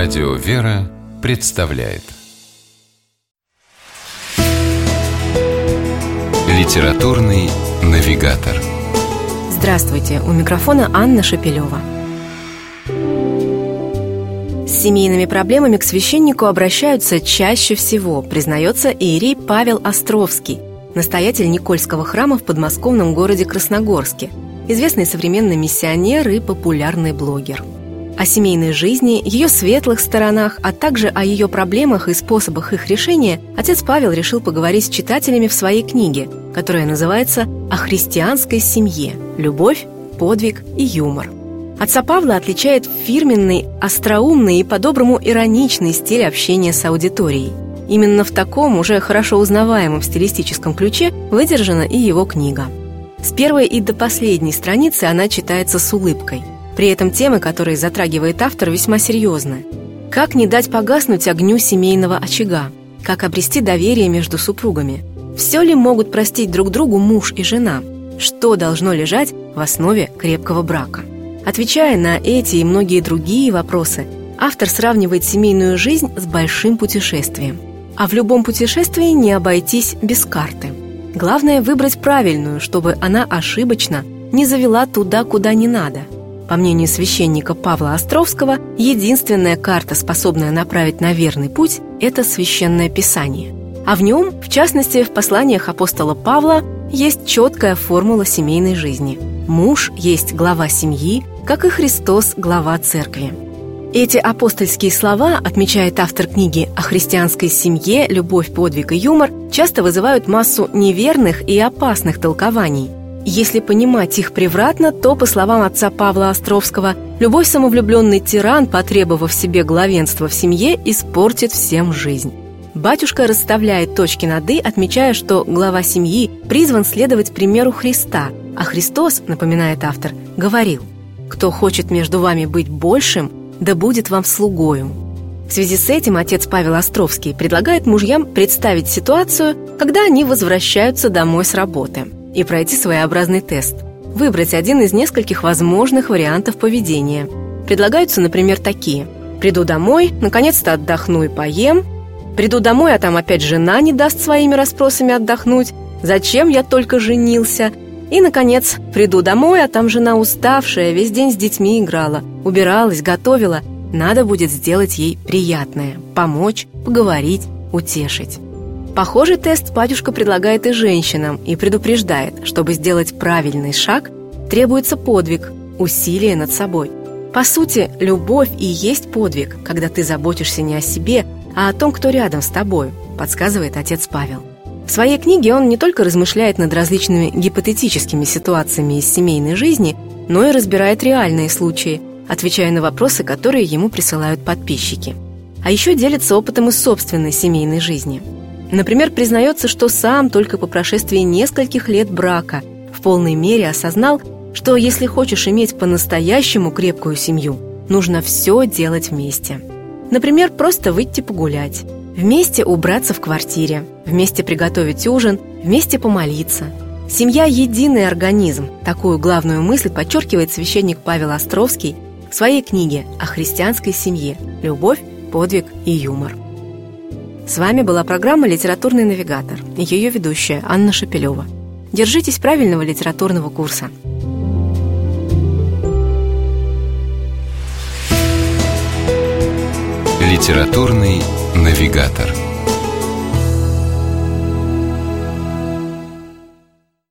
Радио «Вера» представляет Литературный навигатор. Здравствуйте, у микрофона Анна Шапилева. С семейными проблемами к священнику обращаются чаще всего, признается иерей Павел Островский, настоятель Никольского храма в подмосковном городе Красногорске, известный современный миссионер и популярный блогер. О семейной жизни, ее светлых сторонах, а также о ее проблемах и способах их решения отец Павел решил поговорить с читателями в своей книге, которая называется «О христианской семье. Любовь, подвиг и юмор». Отца Павла отличает фирменный, остроумный и по-доброму ироничный стиль общения с аудиторией. Именно в таком, уже хорошо узнаваемом стилистическом ключе выдержана и его книга. С первой и до последней страницы она читается с улыбкой. При этом темы, которые затрагивает автор, весьма серьезны. Как не дать погаснуть огню семейного очага? Как обрести доверие между супругами? Все ли могут простить друг другу муж и жена? Что должно лежать в основе крепкого брака? Отвечая на эти и многие другие вопросы, автор сравнивает семейную жизнь с большим путешествием. А в любом путешествии не обойтись без карты. Главное выбрать правильную, чтобы она ошибочно не завела туда, куда не надо. По мнению священника Павла Островского, единственная карта, способная направить на верный путь, это Священное Писание. А в нем, в частности, в посланиях апостола Павла, есть четкая формула семейной жизни. Муж есть глава семьи, как и Христос глава церкви. Эти апостольские слова, отмечает автор книги «О христианской семье. Любовь, подвиг и юмор», часто вызывают массу неверных и опасных толкований. Если понимать их превратно, то, по словам отца Павла Островского, любой самовлюбленный тиран, потребовав себе главенства в семье, испортит всем жизнь. Батюшка расставляет точки над «и», отмечая, что глава семьи призван следовать примеру Христа, а Христос, напоминает автор, говорил: «Кто хочет между вами быть большим, да будет вам слугою». В связи с этим отец Павел Островский предлагает мужьям представить ситуацию, когда они возвращаются домой с работы, и пройти своеобразный тест. Выбрать один из нескольких возможных вариантов поведения. Предлагаются, например, такие: приду домой, наконец-то отдохну и поем. Приду домой, а там опять жена не даст своими расспросами отдохнуть. Зачем я только женился? И, наконец, приду домой, а там жена уставшая, весь день с детьми играла, убиралась, готовила. Надо будет сделать ей приятное, помочь, поговорить, утешить. Похожий тест батюшка предлагает и женщинам и предупреждает, чтобы сделать правильный шаг, требуется подвиг, усилие над собой. По сути, любовь и есть подвиг, когда ты заботишься не о себе, а о том, кто рядом с тобой, подсказывает отец Павел. В своей книге он не только размышляет над различными гипотетическими ситуациями из семейной жизни, но и разбирает реальные случаи, отвечая на вопросы, которые ему присылают подписчики. А еще делится опытом из собственной семейной жизни. Например, признается, что сам только по прошествии нескольких лет брака в полной мере осознал, что если хочешь иметь по-настоящему крепкую семью, нужно все делать вместе. Например, просто выйти погулять, вместе убраться в квартире, вместе приготовить ужин, вместе помолиться. Семья – единый организм. Такую главную мысль подчеркивает священник Павел Островский в своей книге «О христианской семье. Любовь, подвиг и юмор». С вами была программа «Литературный навигатор» и ее ведущая Анна Шапилева. Держитесь правильного литературного курса. Литературный навигатор.